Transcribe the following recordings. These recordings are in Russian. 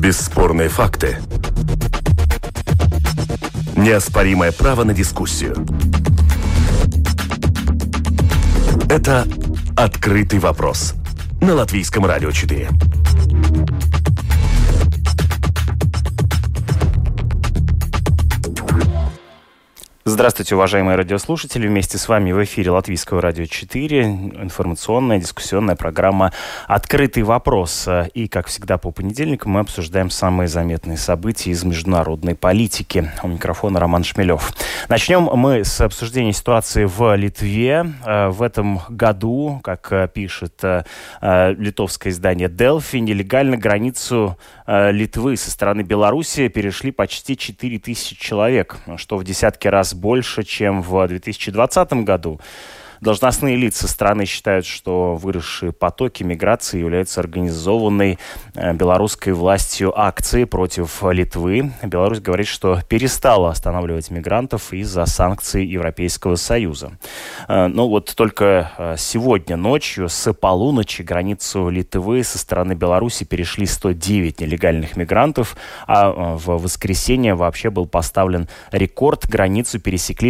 Бесспорные факты. Неоспоримое право на дискуссию. Это «Открытый вопрос» на Латвийском радио 4. Здравствуйте, уважаемые радиослушатели. Вместе с вами в эфире Латвийского радио 4 информационная дискуссионная программа «Открытый вопрос». И, как всегда, по понедельникам мы обсуждаем самые заметные события из международной политики. У микрофона Роман Шмелев. Начнем мы с обсуждения ситуации в Литве. В этом году, как пишет литовское издание «Делфи», нелегально границу Литвы со стороны Беларуси перешли почти 4000 человек, что в десятки раз больше, чем в 2020 году. Должностные лица страны считают, что выросшие потоки миграции являются организованной белорусской властью акцией против Литвы. Беларусь говорит, что перестала останавливать мигрантов из-за санкций Европейского Союза. Но вот только сегодня ночью с полуночи границу Литвы со стороны Беларуси перешли 109 нелегальных мигрантов, а в воскресенье вообще был поставлен рекорд. Границу пересекли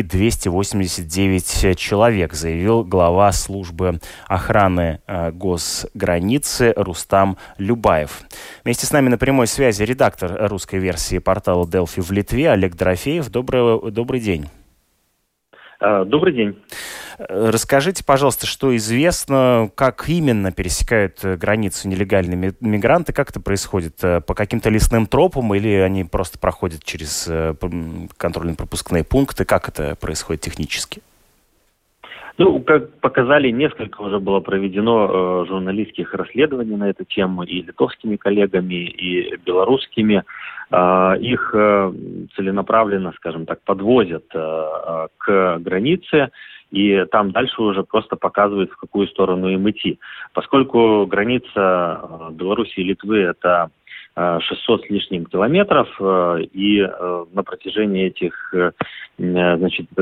289 человек, заявил глава службы охраны госграницы Рустам Любаев. Вместе с нами на прямой связи редактор русской версии портала Delfi в Литве Олег Дорофеев. Добрый день. Добрый день. Расскажите, пожалуйста, что известно, как именно пересекают границу нелегальные мигранты, как это происходит? По каким-то лесным тропам или они просто проходят через контрольно-пропускные пункты? Как это происходит технически? Как показали, несколько уже было проведено журналистских расследований на эту тему и литовскими коллегами, и белорусскими. Их целенаправленно, скажем так, подвозят к границе, и там дальше уже просто показывают, в какую сторону им идти. Поскольку граница Беларуси и Литвы – это 600 с лишним километров, и на протяжении этих, на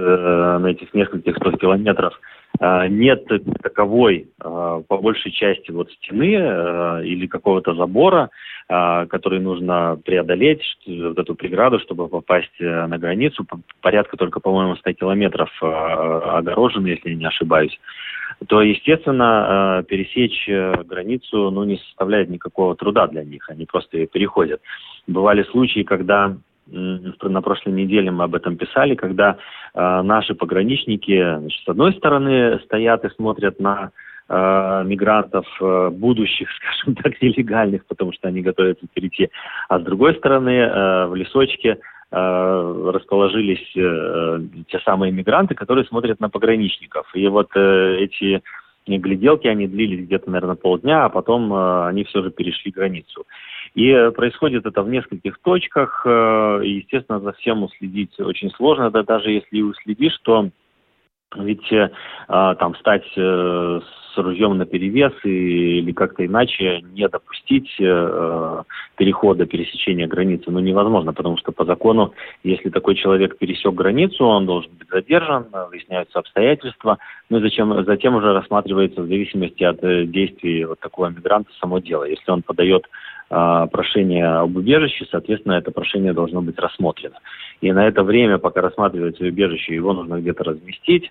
этих нескольких 100 километров нет таковой, по большей части, стены или какого-то забора, который нужно преодолеть, вот эту преграду, чтобы попасть на границу. Порядка только, по-моему, 100 километров огорожены, если я не ошибаюсь. То, естественно, пересечь границу не составляет никакого труда для них. Они просто ее переходят. Бывали случаи, когда на прошлой неделе мы об этом писали, когда наши пограничники, с одной стороны, стоят и смотрят на мигрантов, будущих, скажем так, нелегальных, потому что они готовятся перейти, а с другой стороны, в лесочке расположились те самые мигранты, которые смотрят на пограничников. И эти гляделки, они длились где-то, наверное, полдня, а потом они все же перешли границу. И происходит это в нескольких точках. Естественно, за всем уследить очень сложно, да даже если и уследишь, то ведь там встать с ружьем наперевес или как-то иначе не допустить перехода, пересечения границы, невозможно, потому что по закону, если такой человек пересек границу, он должен быть задержан, выясняются обстоятельства, затем уже рассматривается в зависимости от действий такого мигранта само дело. Если он подает прошение об убежище, соответственно, это прошение должно быть рассмотрено. И на это время, пока рассматривается убежище, его нужно где-то разместить,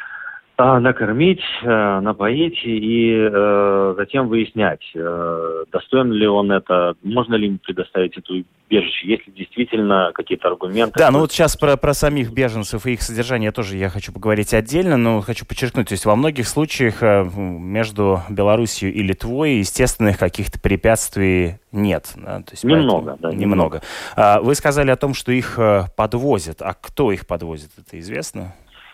накормить, напоить и затем выяснять, достоин ли он это, можно ли ему предоставить это убежище, есть ли действительно какие-то аргументы. Да, сейчас про самих беженцев и их содержание тоже я хочу поговорить отдельно, но хочу подчеркнуть, то есть во многих случаях между Белоруссией и Литвой естественных каких-то препятствий нет. Да? То есть немного. Немного. Вы сказали о том, что их подвозят. А кто их подвозит, это известно?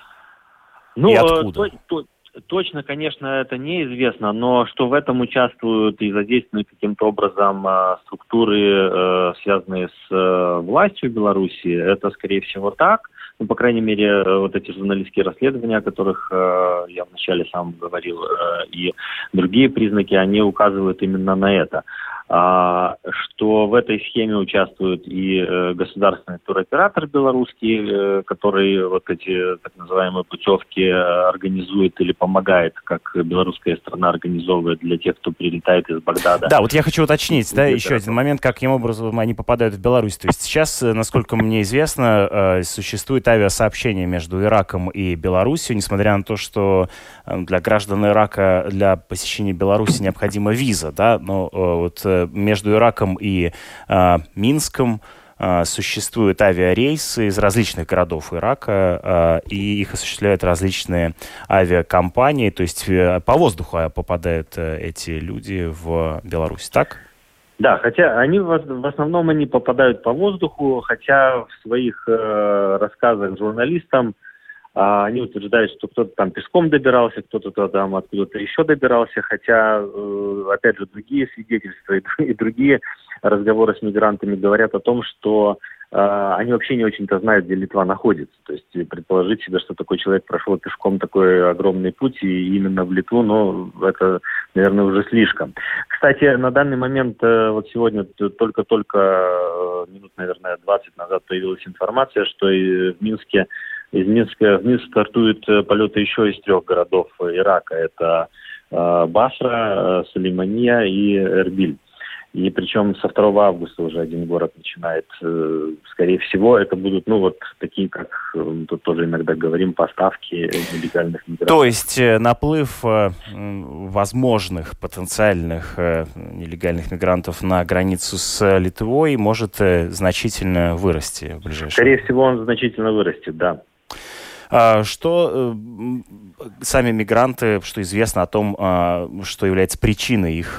И откуда? Точно, конечно, это неизвестно, но что в этом участвуют и задействуют каким-то образом структуры, связанные с властью Беларуси, это, скорее всего, так. По крайней мере, эти журналистские расследования, о которых я вначале сам говорил, и другие признаки, они указывают именно на это. что в этой схеме участвует и государственный туроператор белорусский, который вот эти так называемые путевки организует или помогает, как белорусская страна организовывает для тех, кто прилетает из Багдада. Да, вот я хочу уточнить, да, еще один момент, каким образом они попадают в Беларусь. То есть сейчас, насколько мне известно, существует авиасообщение между Ираком и Беларусью, несмотря на то, что для граждан Ирака для посещения Беларуси необходима виза, да, но вот между Ираком и Минском существуют авиарейсы из различных городов Ирака, и их осуществляют различные авиакомпании, то есть по воздуху попадают эти люди в Беларусь, так? Да, хотя они в основном они попадают по воздуху, хотя в своих рассказах журналистам они утверждают, что кто-то там пешком добирался, кто-то там откуда-то еще добирался, хотя, опять же, другие свидетельства и другие разговоры с мигрантами говорят о том, что они вообще не очень-то знают, где Литва находится. То есть предположить себе, что такой человек прошел пешком такой огромный путь и именно в Литву, но это, наверное, уже слишком. Кстати, на данный момент, вот сегодня только минут, наверное, 20 назад появилась информация, что в Минске из Минска в Минск стартуют полеты еще из 3 городов Ирака. Это Басра, Сулеймания и Эрбиль. И причем со 2 августа уже один город начинает. Скорее всего, это будут, такие, как тут тоже иногда говорим, поставки нелегальных мигрантов. То есть наплыв возможных потенциальных нелегальных мигрантов на границу с Литвой может значительно вырасти в ближайшее время? Скорее всего, он значительно вырастет, да. Что сами мигранты, что известно о том, что является причиной их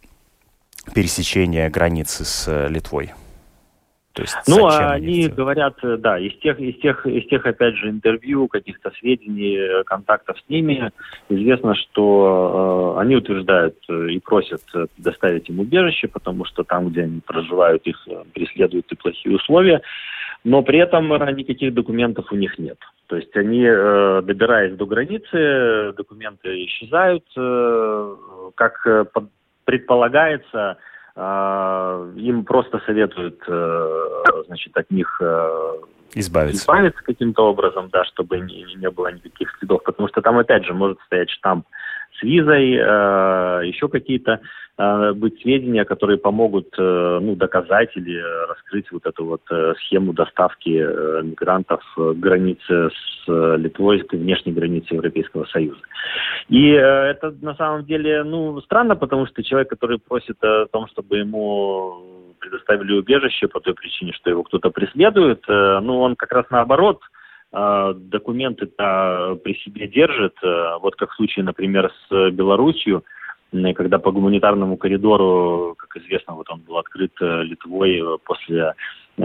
пересечения границы с Литвой? То есть, они говорят, да, из тех, опять же, интервью, каких-то сведений, контактов с ними, известно, что они утверждают и просят предоставить им убежище, потому что там, где они проживают, их преследуют и плохие условия, но при этом никаких документов у них нет. То есть они, добираясь до границы, документы исчезают, как предполагается, им просто советуют, от них избавиться каким-то образом, да, чтобы не было никаких следов, потому что там, опять же, может стоять штамп с визой, еще какие-то быть сведения, которые помогут доказать или раскрыть вот эту вот схему доставки мигрантов к границе с Литвой, к внешней границе Европейского Союза. И это на самом деле странно, потому что человек, который просит о том, чтобы ему предоставили убежище по той причине, что его кто-то преследует, он как раз наоборот документы-то при себе держит, вот как в случае, например, с Беларусью, когда по гуманитарному коридору, как известно, вот он был открыт Литвой после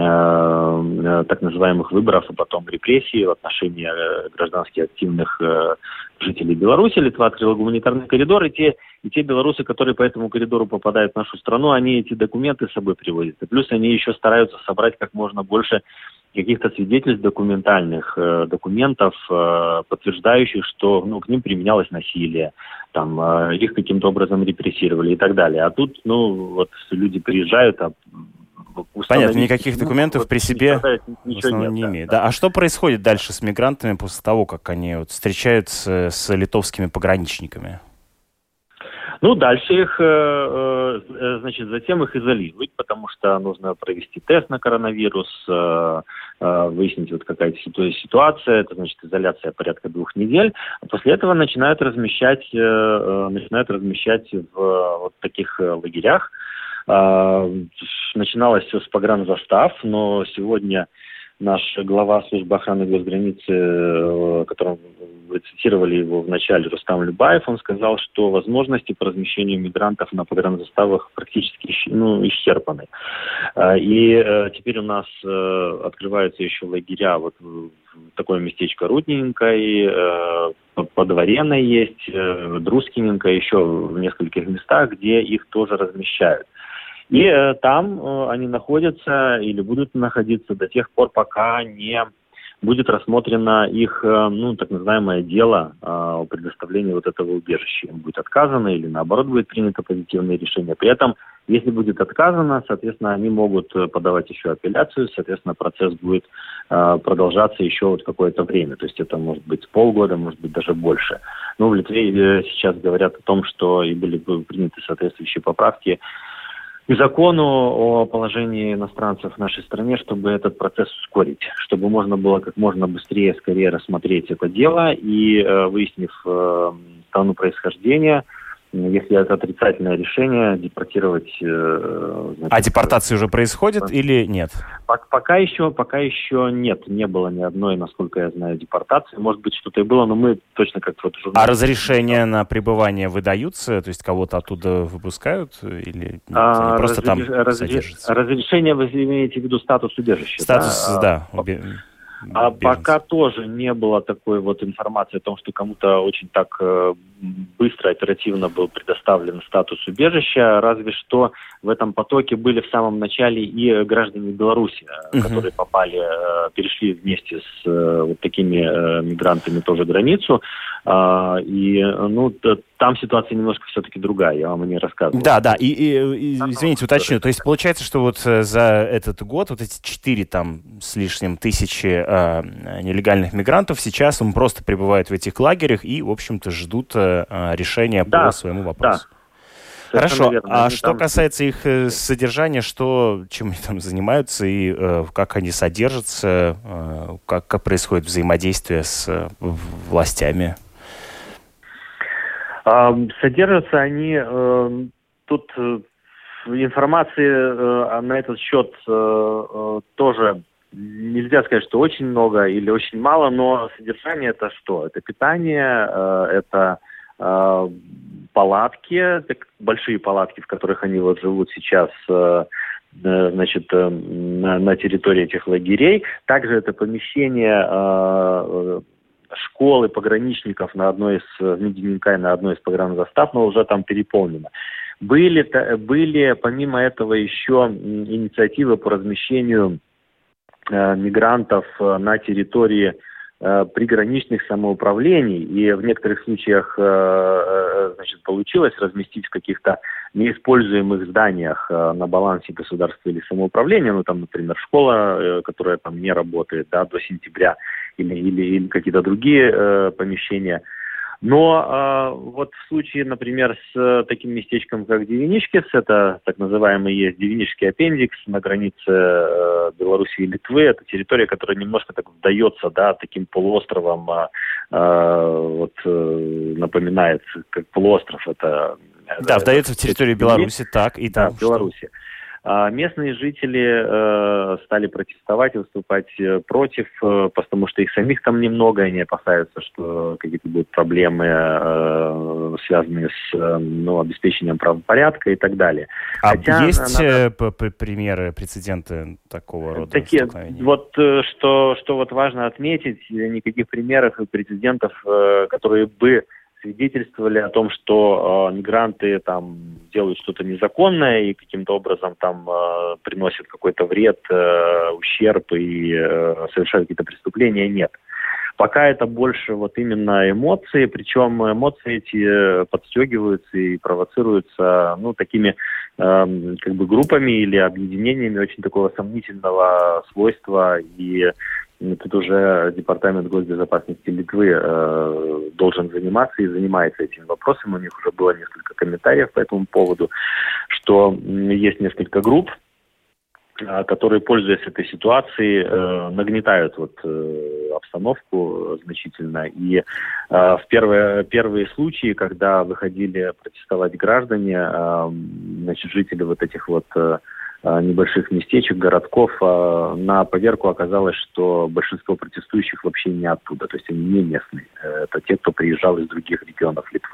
так называемых выборов, а потом репрессий в отношении граждански активных жителей Беларуси. Литва открыла гуманитарный коридор, и те белорусы, которые по этому коридору попадают в нашу страну, они эти документы с собой привозят. И плюс они еще стараются собрать как можно больше каких-то свидетельств документальных, документов, подтверждающих, что к ним применялось насилие, их каким-то образом репрессировали и так далее. А тут, люди приезжают, понятно, никаких документов при себе в основном не имеют. Да. А что происходит дальше с мигрантами после того, как они встречаются с литовскими пограничниками? Дальше их, затем их изолируют, потому что нужно провести тест на коронавирус, выяснить какая-то ситуация, это значит изоляция порядка 2 недель. А после этого начинают размещать в таких лагерях. Начиналось все с погранзастав, но сегодня наш глава службы охраны госграницы, которым вы цитировали его в начале, Рустам Любаев, он сказал, что возможности по размещению мигрантов на погранзаставах практически исчерпаны. И теперь у нас открываются еще лагеря, в такое местечко Рудненько, и Подворенное есть, Друскиненко, еще в нескольких местах, где их тоже размещают. И там они находятся или будут находиться до тех пор, пока не будет рассмотрено их, так называемое дело о предоставлении вот этого убежища. Им будет отказано или, наоборот, будет принято позитивное решение. При этом, если будет отказано, соответственно, они могут подавать еще апелляцию, соответственно, процесс будет продолжаться еще вот какое-то время. То есть это может быть полгода, может быть даже больше. В Литве сейчас говорят о том, что и были приняты соответствующие поправки к закону о положении иностранцев в нашей стране, чтобы этот процесс ускорить, чтобы можно было как можно быстрее, скорее рассмотреть это дело и, выяснив страну происхождения, если это отрицательное решение, депортировать... А депортация уже происходит или нет? Пока еще нет. Не было ни одной, насколько я знаю, депортации. Может быть, что-то и было, но мы точно как-то... Вот А разрешения на пребывание выдаются? То есть кого-то оттуда выпускают? Или нет? Они просто там содержатся? Разрешение, вы имеете в виду статус убежища? Статус, да. А пока тоже не было такой вот информации о том, что кому-то очень так быстро, оперативно был предоставлен статус убежища, разве что в этом потоке были в самом начале и граждане Беларуси, которые перешли вместе с вот такими мигрантами тоже границу, там ситуация немножко все-таки другая, я вам не рассказывал. Да, и извините, уточню, то есть получается, что вот за этот год вот эти 4 там с лишним тысячи нелегальных мигрантов сейчас просто пребывают в этих лагерях и, в общем-то, ждут решения по своему вопросу. Да. Хорошо. Верно. А что касается их содержания, чем они там занимаются и как они содержатся, как происходит взаимодействие с властями? Содержатся они тут информации на этот счет тоже нельзя сказать, что очень много или очень мало, но содержание это что? Это питание, это палатки, большие палатки, в которых они вот живут сейчас, на территории этих лагерей. Также это помещение школы пограничников на одной из погранзастав, но уже там переполнено. Были помимо этого еще инициативы по размещению мигрантов на территории приграничных самоуправлений, и в некоторых случаях получилось разместить в каких-то неиспользуемых зданиях на балансе государства или самоуправления, например, школа, которая там не работает, до сентября, или какие-то другие помещения. Но вот в случае, например, с таким местечком, как Девиничкис, это так называемый есть Девинический аппендикс на границе Беларуси и Литвы, это территория, которая немножко так вдается, таким полуостровом, напоминает, как полуостров. Вдается в территорию Беларуси, так, и там. Да, в Беларуси. Местные жители стали протестовать и выступать против, потому что их самих там немного, они опасаются, что какие-то будут проблемы, связанные с обеспечением правопорядка и так далее. Есть примеры, прецеденты такого рода столкновений? Что важно отметить, никаких примеров и прецедентов, которые бы свидетельствовали о том, что мигранты там делают что-то незаконное и каким-то образом там приносят какой-то вред, ущерб и совершают какие-то преступления, нет. Пока это больше именно эмоции, причем эмоции эти подстегиваются и провоцируются такими группами или объединениями очень такого сомнительного свойства, и тут уже Департамент госбезопасности Литвы должен заниматься и занимается этими вопросами. У них уже было несколько комментариев по этому поводу, что есть несколько групп, которые, пользуясь этой ситуацией, нагнетают обстановку значительно. И в первые случаи, когда выходили протестовать граждане, жители этих небольших местечек, городков, на поверку оказалось, что большинство протестующих вообще не оттуда, то есть они не местные. Это те, кто приезжал из других регионов Литвы.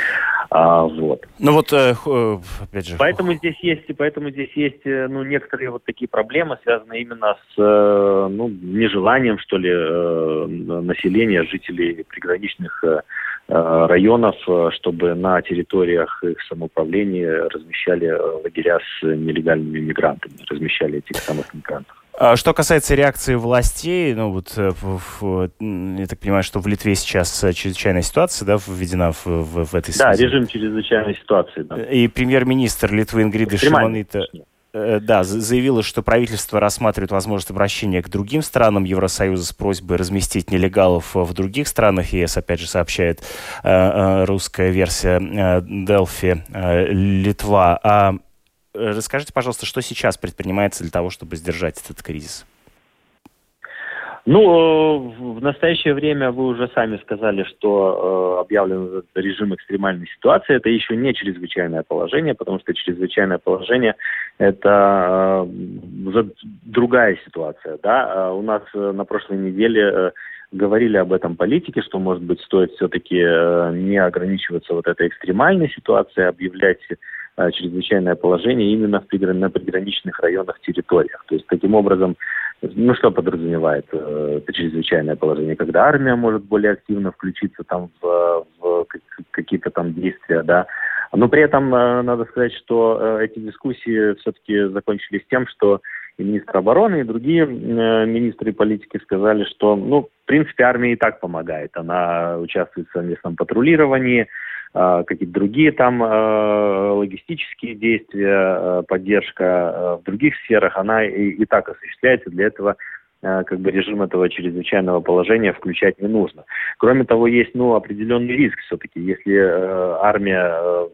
Опять же... Поэтому здесь есть некоторые такие проблемы, связанные именно с нежеланием, что ли, населения, жителей приграничных районов, чтобы на территориях их самоуправления размещали лагеря с нелегальными мигрантами, размещали этих самых мигрантов. Что касается реакции властей, ну вот я так понимаю, что в Литве сейчас чрезвычайная ситуация, да, введена в этой связи. Да, режим чрезвычайной ситуации. Да. И премьер-министр Литвы Ингрида Шимонита заявила, что правительство рассматривает возможность обращения к другим странам Евросоюза с просьбой разместить нелегалов в других странах ЕС, опять же, сообщает русская версия Delphi Литва. Расскажите, пожалуйста, что сейчас предпринимается для того, чтобы сдержать этот кризис? Ну, в настоящее время вы уже сами сказали, что объявлен режим экстремальной ситуации. Это еще не чрезвычайное положение, потому что чрезвычайное положение – это уже другая ситуация. Да? У нас на прошлой неделе говорили об этом политики, что, может быть, стоит все-таки не ограничиваться вот этой экстремальной ситуацией, объявлять чрезвычайное положение именно на приграничных районах, территориях. То есть, таким образом, ну, что подразумевает это чрезвычайное положение? Когда армия может более активно включиться там в какие-то там действия, да. Но при этом надо сказать, что эти дискуссии все-таки закончились тем, что и министр обороны, и другие министры политики сказали, что, ну, в принципе, армия и так помогает. Она участвует в совместном патрулировании, какие-то другие там логистические действия, поддержка в других сферах, она и так осуществляется. Для этого как бы режим этого чрезвычайного положения включать не нужно. Кроме того, есть определенный риск все-таки, если армия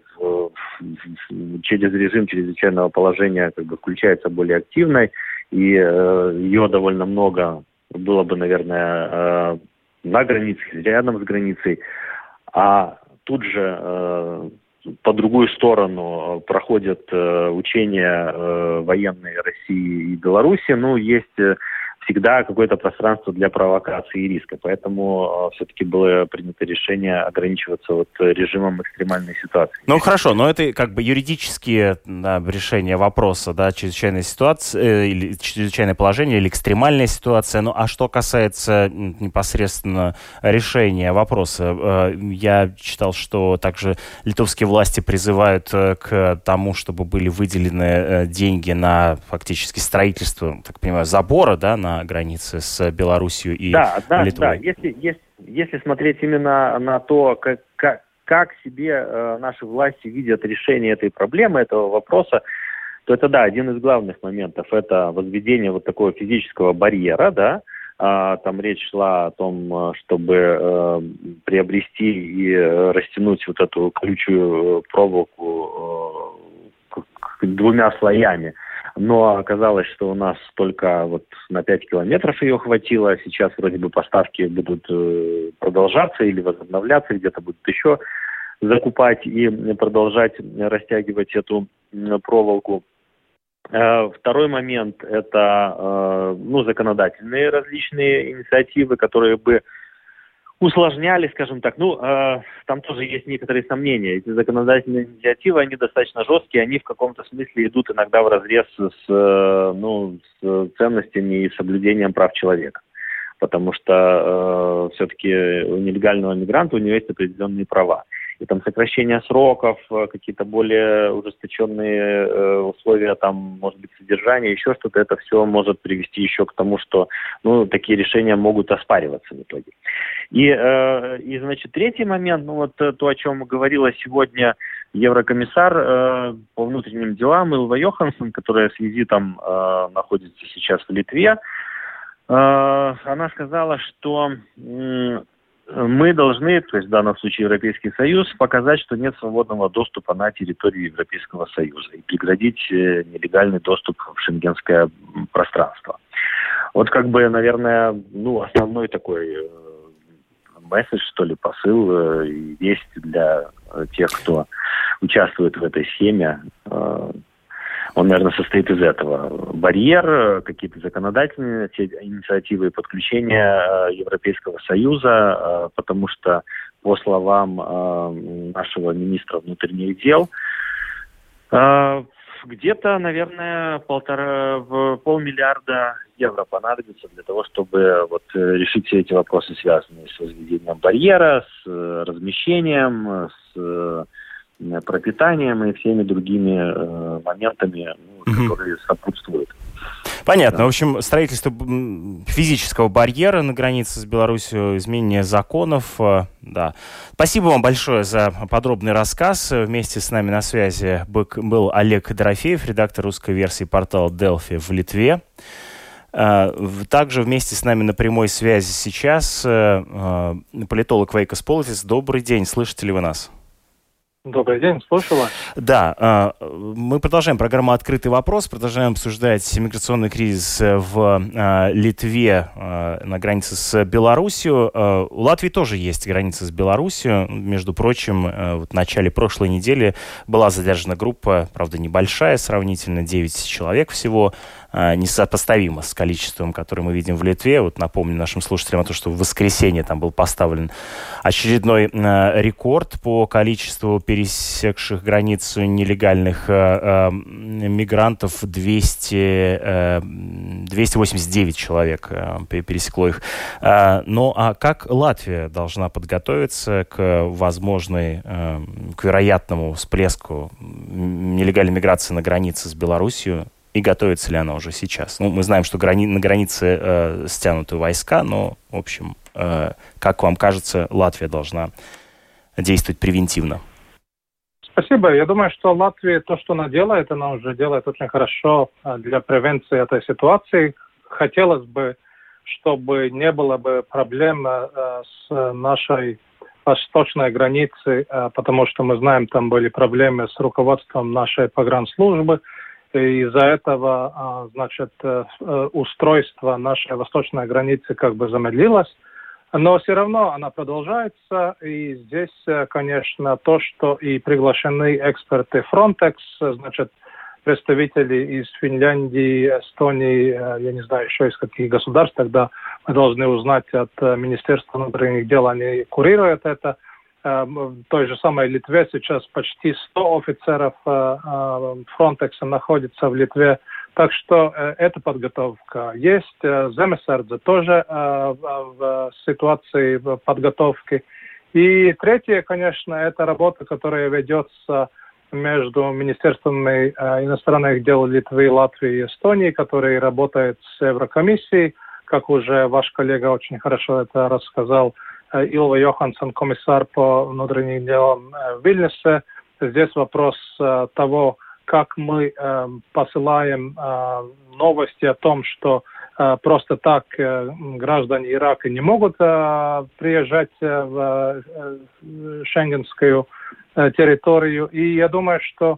через режим чрезвычайного положения как бы включается более активной, и ее довольно много было бы, наверное, на границе, рядом с границей, а тут же по другую сторону проходят учения военные России и Беларуси. Ну, есть всегда какое-то пространство для провокации и риска. Поэтому все-таки было принято решение ограничиваться вот режимом экстремальной ситуации. Ну, хорошо, но это как бы юридические решения вопроса, да, чрезвычайная ситуация, или чрезвычайное положение, или экстремальная ситуация. Ну, а что касается непосредственно решения вопроса, я читал, что также литовские власти призывают к тому, чтобы были выделены деньги на фактически строительство, так понимаю, забора, да, на границе с Белоруссией и Литвой. Да. Если смотреть именно на то, как себе наши власти видят решение этой проблемы, этого вопроса, то это, да, один из главных моментов. Это возведение вот такого физического барьера, да. Там речь шла о том, чтобы приобрести и растянуть вот эту колючую проволоку двумя слоями. Но оказалось, что у нас только вот на 5 километров ее хватило. Сейчас вроде бы поставки будут продолжаться или возобновляться, где-то будут еще закупать и продолжать растягивать эту проволоку. Второй момент – это законодательные различные инициативы, которые бы усложняли, скажем так. Там тоже есть некоторые сомнения. Эти законодательные инициативы, они достаточно жесткие, они в каком-то смысле идут иногда вразрез с ценностями и соблюдением прав человека. Потому что все-таки у нелегального мигранта у него есть определенные права. И там сокращение сроков, какие-то более ужесточенные условия, там, может быть, содержания, еще что-то, это все может привести еще к тому, что такие решения могут оспариваться в итоге. И значит, третий момент, то, о чем говорила сегодня еврокомиссар по внутренним делам Ylva Johansson, которая с визитом находится сейчас в Литве, она сказала, что мы должны, то есть в данном случае Европейский Союз, показать, что нет свободного доступа на территорию Европейского Союза и преградить нелегальный доступ в шенгенское пространство. Вот как бы, наверное, основной такой месседж, что ли, посыл и весть для тех, кто участвует в этой схеме. Он, наверное, состоит из этого. Барьер, какие-то законодательные инициативы и подключение Европейского Союза, потому что, по словам нашего министра внутренних дел, где-то, наверное, полмиллиарда евро понадобится для того, чтобы решить все эти вопросы, связанные с возведением барьера, с размещением, с пропитанием и всеми другими моментами, которые сопутствуют. Понятно. Да. В общем, строительство физического барьера на границе с Беларусью, изменение законов. Да. Спасибо вам большое за подробный рассказ. Вместе с нами на связи был Олег Дорофеев, редактор русской версии портала Delfi в Литве. Также вместе с нами на прямой связи сейчас политолог Вейкас Полотис. Добрый день, слышите ли вы нас? Добрый день, слушаю вас. Да, мы продолжаем программу «Открытый вопрос», продолжаем обсуждать миграционный кризис в Литве на границе с Беларусью. У Латвии тоже есть граница с Беларусью. Между прочим, в начале прошлой недели была задержана группа, правда, небольшая сравнительно, 9 человек всего, несопоставимо с количеством, которое мы видим в Литве. Вот напомню нашим слушателям о том, что в воскресенье там был поставлен очередной рекорд по количеству пересекших границу нелегальных мигрантов. 289 человек пересекло их. Ну, а как Латвия должна подготовиться к вероятному всплеску нелегальной миграции на границе с Беларусью? И готовится ли она уже сейчас? Ну, мы знаем, что на границе стянуты войска, но, в общем, как вам кажется, Латвия должна действовать превентивно? Спасибо. Я думаю, что Латвия, то, что она уже делает очень хорошо для превенции этой ситуации. Хотелось бы, чтобы не было бы проблем с нашей восточной границей, потому что мы знаем, там были проблемы с руководством нашей погранслужбы. И из-за этого, устройство нашей восточной границы как бы замедлилось. Но все равно она продолжается. И здесь, конечно, то, что и приглашены эксперты Frontex, представители из Финляндии, Эстонии, я не знаю еще из каких государств, тогда мы должны узнать от Министерства внутренних дел, они курируют это. В той же самой Литве сейчас почти 100 офицеров Frontex находится в Литве. Так что эта подготовка есть. Земесардзе тоже в ситуации подготовки. И третье, конечно, это работа, которая ведется между Министерствами иностранных дел Литвы, Латвии и Эстонии, которые работают с Еврокомиссией. Как уже ваш коллега очень хорошо это рассказал, Илва Йоханссон, комиссар по внутренним делам в Вильнюсе. Здесь вопрос того, как мы посылаем новости о том, что просто так граждане Ирака не могут приезжать в шенгенскую территорию. И я думаю, что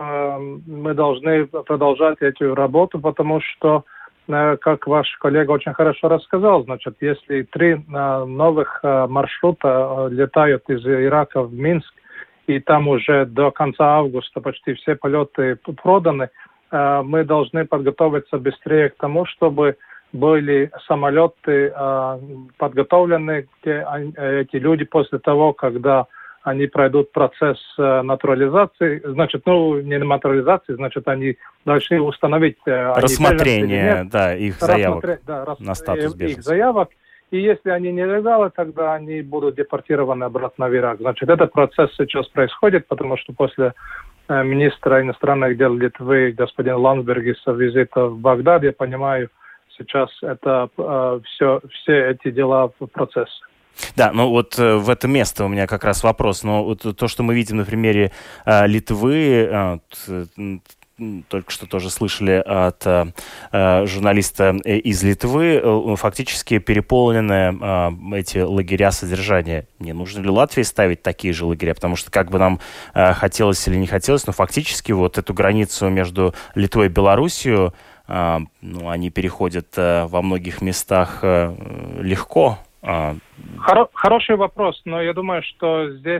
мы должны продолжать эту работу, потому что, как ваш коллега очень хорошо рассказал, если 3 новых маршрута летают из Ирака в Минск, и там уже до конца августа почти все полеты проданы, мы должны подготовиться быстрее к тому, чтобы были самолеты подготовлены, где эти люди после того, когда они пройдут процесс натурализации, не натурализации, они должны установить рассмотрение их заявок на статус беженцев. Их заявок. И если они нелегалы, тогда они будут депортированы обратно в Ирак. Этот процесс сейчас происходит, потому что после министра иностранных дел Литвы господина Ландсбергиса визита в Багдад, я понимаю, сейчас это все эти дела в процессе. Да, в это место у меня как раз вопрос. Но то, что мы видим на примере Литвы, только что тоже слышали от журналиста из Литвы, фактически переполнены эти лагеря содержания. Не нужно ли Латвии ставить такие же лагеря? Потому что как бы нам хотелось или не хотелось, но фактически эту границу между Литвой и Белоруссией, они переходят во многих местах легко. Хороший вопрос, но я думаю, что здесь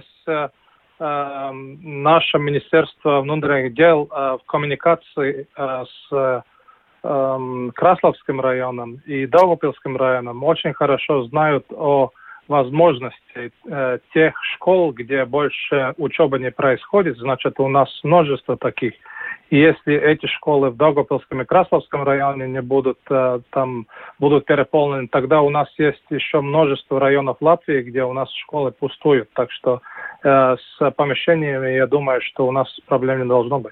наше Министерство внутренних дел в коммуникации с Красловским районом и Даугавпилским районом очень хорошо знают о возможности тех школ, где больше учебы не происходит. У нас множество таких. И если эти школы в Даугавпилском и Красловском районе не будут переполнены, тогда у нас есть еще множество районов Латвии, где у нас школы пустуют. Так что с помещениями, я думаю, что у нас проблем не должно быть.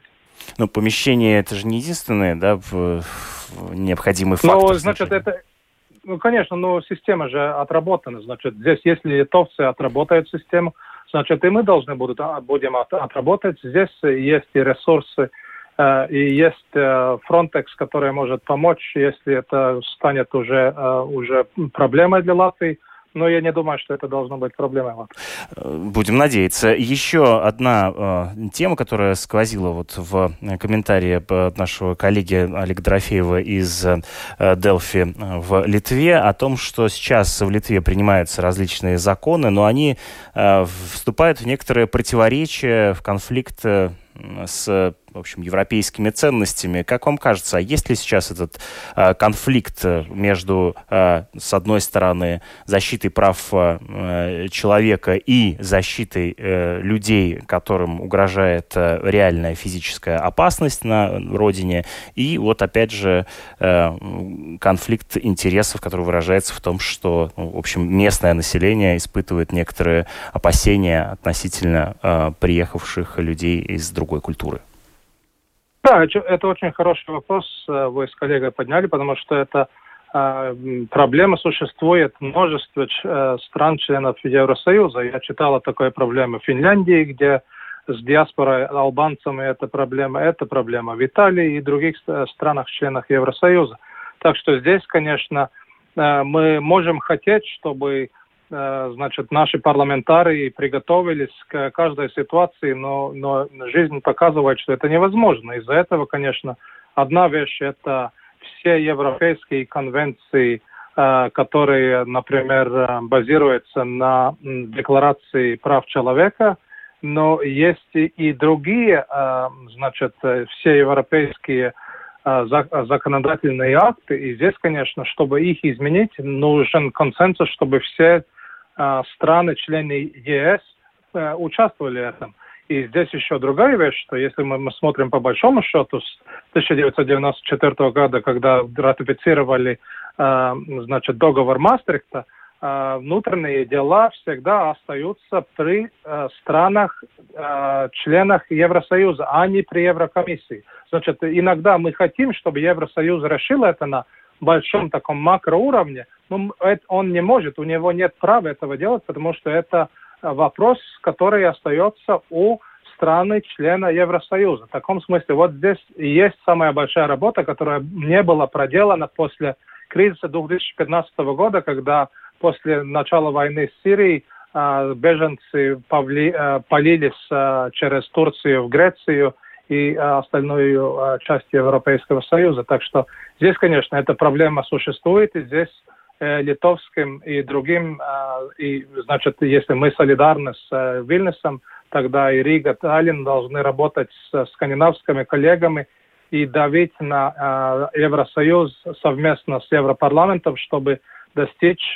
Но помещение это же не единственное, да, необходимый фактор. Значит, конечно, но система же отработана. Значит, здесь, если литовцы отработают систему, значит, и мы должны будем отработать. Здесь есть и ресурсы, и есть Frontex, который может помочь, если это станет уже проблемой для Латвии. Но я не думаю, что это должно быть проблемой. Будем надеяться. Еще одна тема, которая сквозила вот в комментарии нашего коллеги Олега Дорофеева из Делфи в Литве, о том, что сейчас в Литве принимаются различные законы, но они вступают в некоторые противоречия, в конфликт с, в общем, европейскими ценностями. Как вам кажется, есть ли сейчас этот конфликт между, с одной стороны, защитой прав человека и защитой людей, которым угрожает реальная физическая опасность на родине, и вот опять же конфликт интересов, который выражается в том, что, в общем, местное население испытывает некоторые опасения относительно приехавших людей из другой культуры? Да, это очень хороший вопрос вы с коллегой подняли, потому что эта проблема существует в множестве стран-членов Евросоюза. Я читал о такой проблеме в Финляндии, где с диаспорой албанцами это проблема в Италии и других странах-членах Евросоюза. Так что здесь, конечно, мы можем хотеть, чтобы наши парламентарии приготовились к каждой ситуации, но жизнь показывает, что это невозможно. Из-за этого, конечно, одна вещь – это все европейские конвенции, которые, например, базируются на Декларации прав человека, но есть и другие, все европейские законодательные акты, и здесь, конечно, чтобы их изменить, нужен консенсус, чтобы все страны, члены ЕС, участвовали в этом. И здесь еще другая вещь, что если мы смотрим по большому счету с 1994 года, когда ратифицировали договор Мастрихта, внутренние дела всегда остаются при странах, членах Евросоюза, а не при Еврокомиссии. Значит, иногда мы хотим, чтобы Евросоюз решил это на большом таком макроуровне, но он не может, у него нет права этого делать, потому что это вопрос, который остается у страны-члена Евросоюза. В таком смысле, вот здесь и есть самая большая работа, которая не была проделана после кризиса 2015 года, когда после начала войны с Сирией беженцы полились через Турцию в Грецию и остальную часть Европейского Союза. Так что здесь, конечно, эта проблема существует, и здесь литовским и другим, и, значит, если мы солидарны с Вильнюсом, тогда и Рига, Таллин должны работать с скандинавскими коллегами и давить на Евросоюз совместно с Европарламентом, чтобы достичь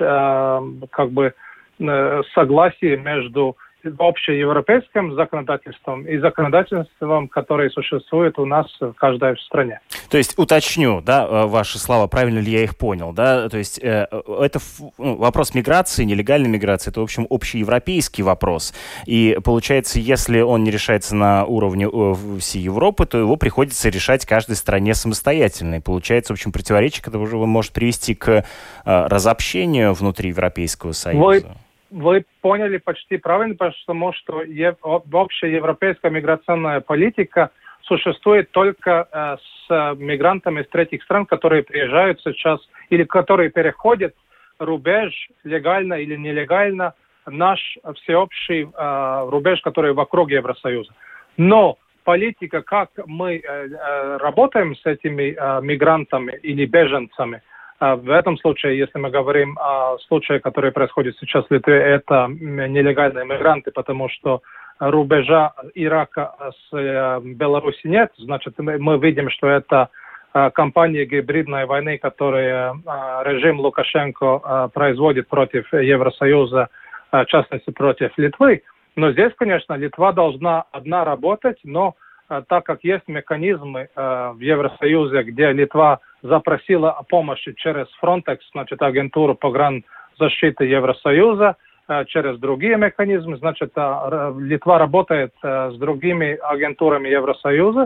согласия между общеевропейским законодательством и законодательством, которое существует у нас в каждой стране. То есть, уточню, да, ваши слова, правильно ли я их понял, да, то есть это вопрос миграции, нелегальной миграции, это, в общем, общеевропейский вопрос, и получается, если он не решается на уровне всей Европы, то его приходится решать каждой стране самостоятельно, и получается, в общем, противоречие, которое уже может привести к разобщению внутри Европейского Союза. Вы поняли почти правильно, потому что общая европейская миграционная политика существует только с мигрантами из третьих стран, которые приезжают сейчас или которые переходят рубеж легально или нелегально, наш всеобщий рубеж, который вокруг Евросоюза. Но политика, как мы работаем с этими мигрантами или беженцами, в этом случае, если мы говорим о случае, который происходит сейчас в Литве, это нелегальные мигранты, потому что рубежа Ирака с Беларуси нет. Значит, мы видим, что это кампания гибридной войны, которую режим Лукашенко производит против Евросоюза, в частности, против Литвы. Но здесь, конечно, Литва должна одна работать, но так как есть механизмы в Евросоюзе, где Литва запросила о помощи через Frontex, значит, агентуру погранзащиты Евросоюза, через другие механизмы, значит, Литва работает с другими агентурами Евросоюза,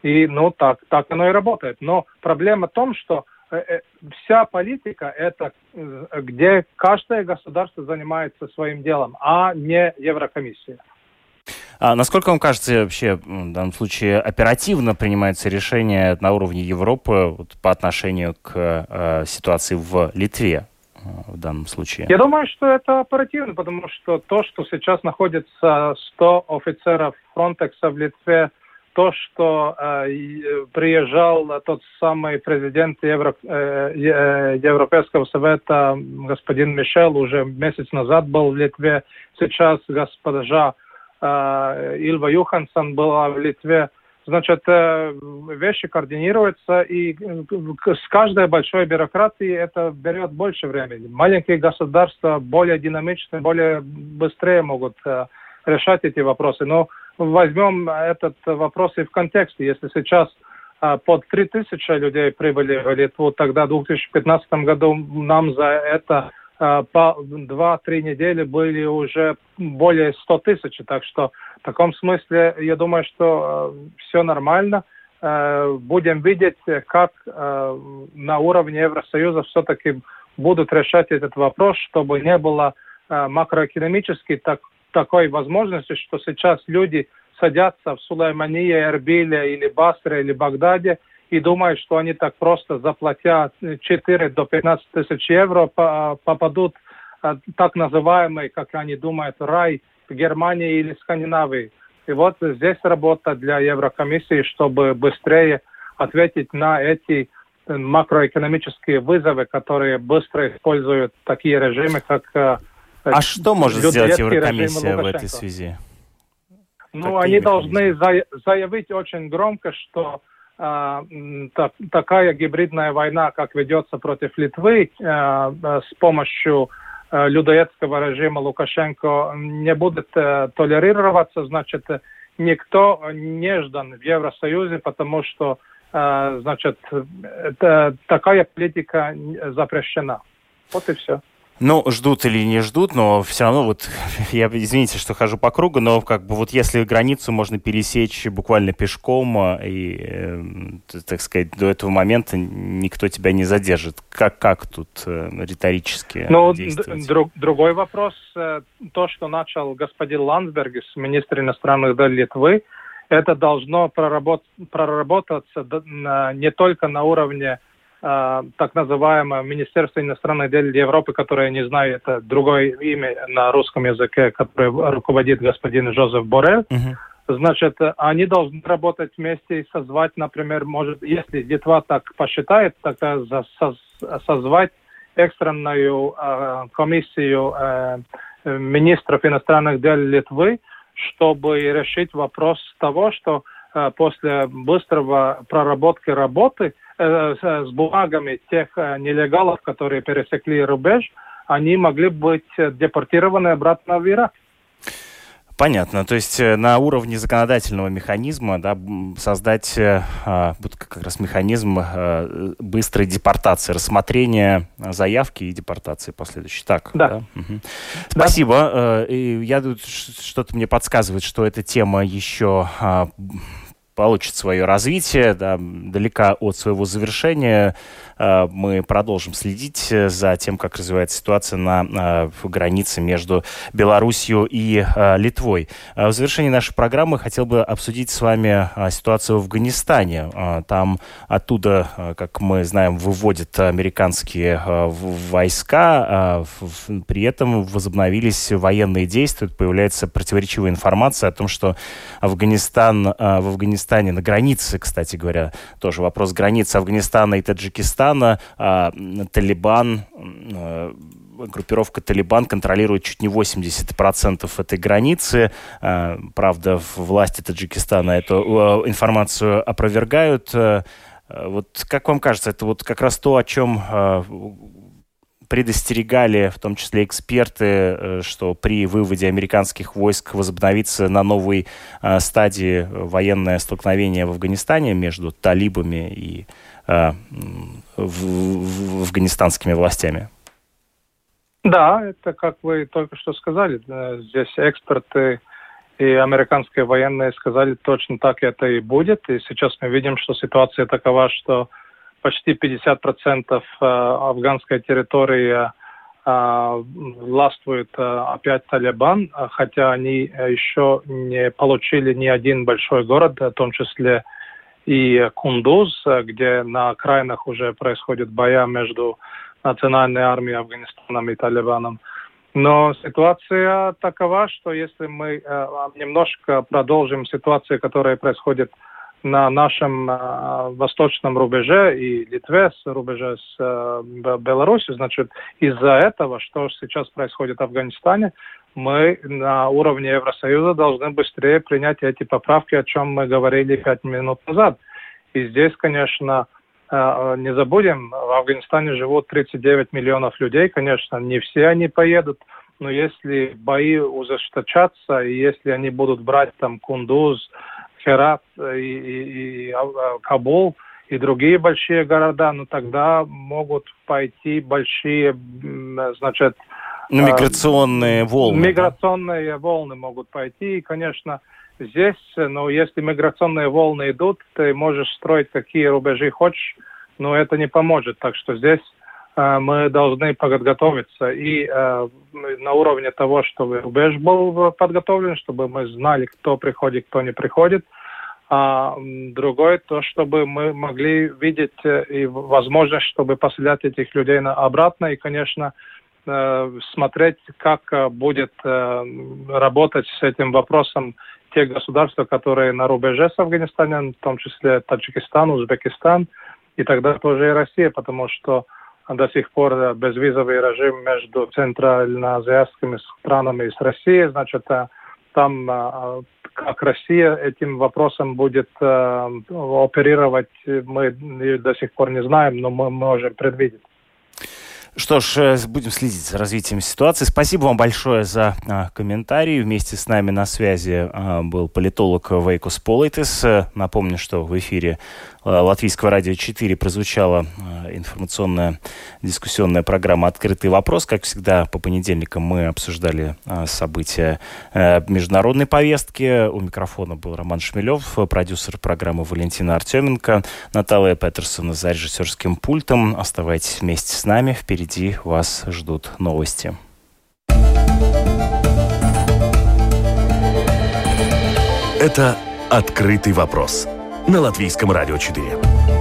И так оно и работает. Но проблема в том, что вся политика – это где каждое государство занимается своим делом, а не Еврокомиссия. А насколько вам кажется, вообще в данном случае оперативно принимаются решения на уровне Европы по отношению к ситуации в Литве в данном случае? Я думаю, что это оперативно, потому что то, что сейчас находится 100 офицеров Фронтекса в Литве, то, что приезжал тот самый президент Европейского совета господин Мишел уже месяц назад был в Литве, сейчас госпожа Ильва Юхансон была в Литве. Значит, вещи координируются, и с каждой большой бюрократией это берет больше времени. Маленькие государства более динамичны, более быстрее могут решать эти вопросы. Но возьмем этот вопрос и в контексте. Если сейчас под 3000 людей прибыли в Литву, тогда в 2015 году нам за это по 2-3 недели были уже более 100 тысяч. Так что в таком смысле я думаю, что все нормально. Будем видеть, как на уровне Евросоюза все-таки будут решать этот вопрос, чтобы не было макроэкономически такой возможности, что сейчас люди садятся в Сулеймании, Эрбиле или Басре или Багдаде и думают, что они так просто заплатя 4 до 15 тысяч евро попадут в так называемый, как они думают, рай в Германии или Скандинавии. И вот здесь работа для Еврокомиссии, чтобы быстрее ответить на эти макроэкономические вызовы, которые быстро используют такие режимы, как... А что может сделать Еврокомиссия в этой связи? Они должны заявить очень громко, что такая гибридная война, как ведется против Литвы с помощью людоедского режима Лукашенко, не будет толерироваться. Значит, никто не ждан в Евросоюзе, потому что такая политика запрещена. Вот и все. Ждут или не ждут, но все равно я, извините, что хожу по кругу, но если границу можно пересечь буквально пешком, и, так сказать, до этого момента никто тебя не задержит. Как тут риторически действовать? Другой вопрос. То, что начал господин Ландсбергис, министр иностранных дел Литвы, это должно проработаться не только на уровне так называемое Министерство иностранных дел Европы, которое, не знаю, это другое имя на русском языке, которое руководит господин Жозеф Боррелл. Значит, они должны работать вместе и созвать, например, если Литва так посчитает, тогда созвать экстренную комиссию министров иностранных дел Литвы, чтобы решить вопрос того, что после быстрого проработки работы с бумагами тех нелегалов, которые пересекли рубеж, они могли быть депортированы обратно в Ирак. Понятно. То есть на уровне законодательного механизма создать как раз механизм быстрой депортации, рассмотрения заявки и депортации последующей. Так, да? Угу. Спасибо. Что-то мне подсказывает, что эта тема еще получит свое развитие, далека от своего завершения. Мы продолжим следить за тем, как развивается ситуация на границе между Белоруссией и Литвой. В завершении нашей программы хотел бы обсудить с вами ситуацию в Афганистане. Там оттуда, как мы знаем, выводят американские войска. При этом возобновились военные действия. Появляется противоречивая информация о том, что в Афганистане на границе, кстати говоря, тоже вопрос границы Афганистана и Таджикистана, группировка «Талибан» контролирует чуть не 80% этой границы. Правда, власти Таджикистана эту информацию опровергают. Как вам кажется, это как раз то, о чем предостерегали, в том числе эксперты, что при выводе американских войск возобновится на новой стадии военное столкновение в Афганистане между талибами и афганистанскими властями? Да, это как вы только что сказали. Здесь эксперты И американские военные сказали, точно так это и будет. И сейчас мы видим, что ситуация такова, что почти 50% афганской территории властвует опять Талибан, хотя они еще не получили ни один большой город, в том числе и Кундуз, где на окраинах уже происходят бои между национальной армией Афганистана и Талибаном. Но ситуация такова, что если мы немножко продолжим ситуацию, которая происходит на нашем восточном рубеже и Литве, с рубежа с Беларусью, значит, из-за этого, что сейчас происходит в Афганистане, мы на уровне Евросоюза должны быстрее принять эти поправки, о чем мы говорили 5 минут назад. И здесь, конечно, не забудем, в Афганистане живут 39 миллионов людей, конечно, не все они поедут, но если бои ужесточатся, и если они будут брать там Кундуз, Херат и Кабул и другие большие города, ну тогда могут пойти большие, значит... миграционные волны. Миграционные волны могут пойти, и, конечно, здесь, ну, если миграционные волны идут, ты можешь строить какие рубежи хочешь, но это не поможет. Так что здесь мы должны подготовиться и на уровне того, чтобы рубеж был подготовлен, чтобы мы знали, кто приходит, кто не приходит. А другое, то, чтобы мы могли видеть и возможность, чтобы поселять этих людей обратно, и, конечно, смотреть, как будет работать с этим вопросом те государства, которые на рубеже с Афганистаном, в том числе Таджикистан, Узбекистан, и тогда тоже и Россия, потому что до сих пор безвизовый режим между центральноазиатскими странами и с Россией, значит, там как Россия этим вопросом будет оперировать, мы до сих пор не знаем, но мы можем предвидеть. Что ж, будем следить за развитием ситуации. Спасибо вам большое за комментарий. Вместе с нами на связи был политолог Вейкус Полайтис. Напомню, что в эфире Латвийского радио 4 прозвучала информационная дискуссионная программа «Открытый вопрос». Как всегда, по понедельникам мы обсуждали события международной повестки. У микрофона был Роман Шмелев, продюсер программы Валентина Артеменко, Наталья Петерсон за режиссерским пультом. Оставайтесь вместе с нами. Впереди вас ждут новости. Это «Открытый вопрос» на Латвийском радио 4.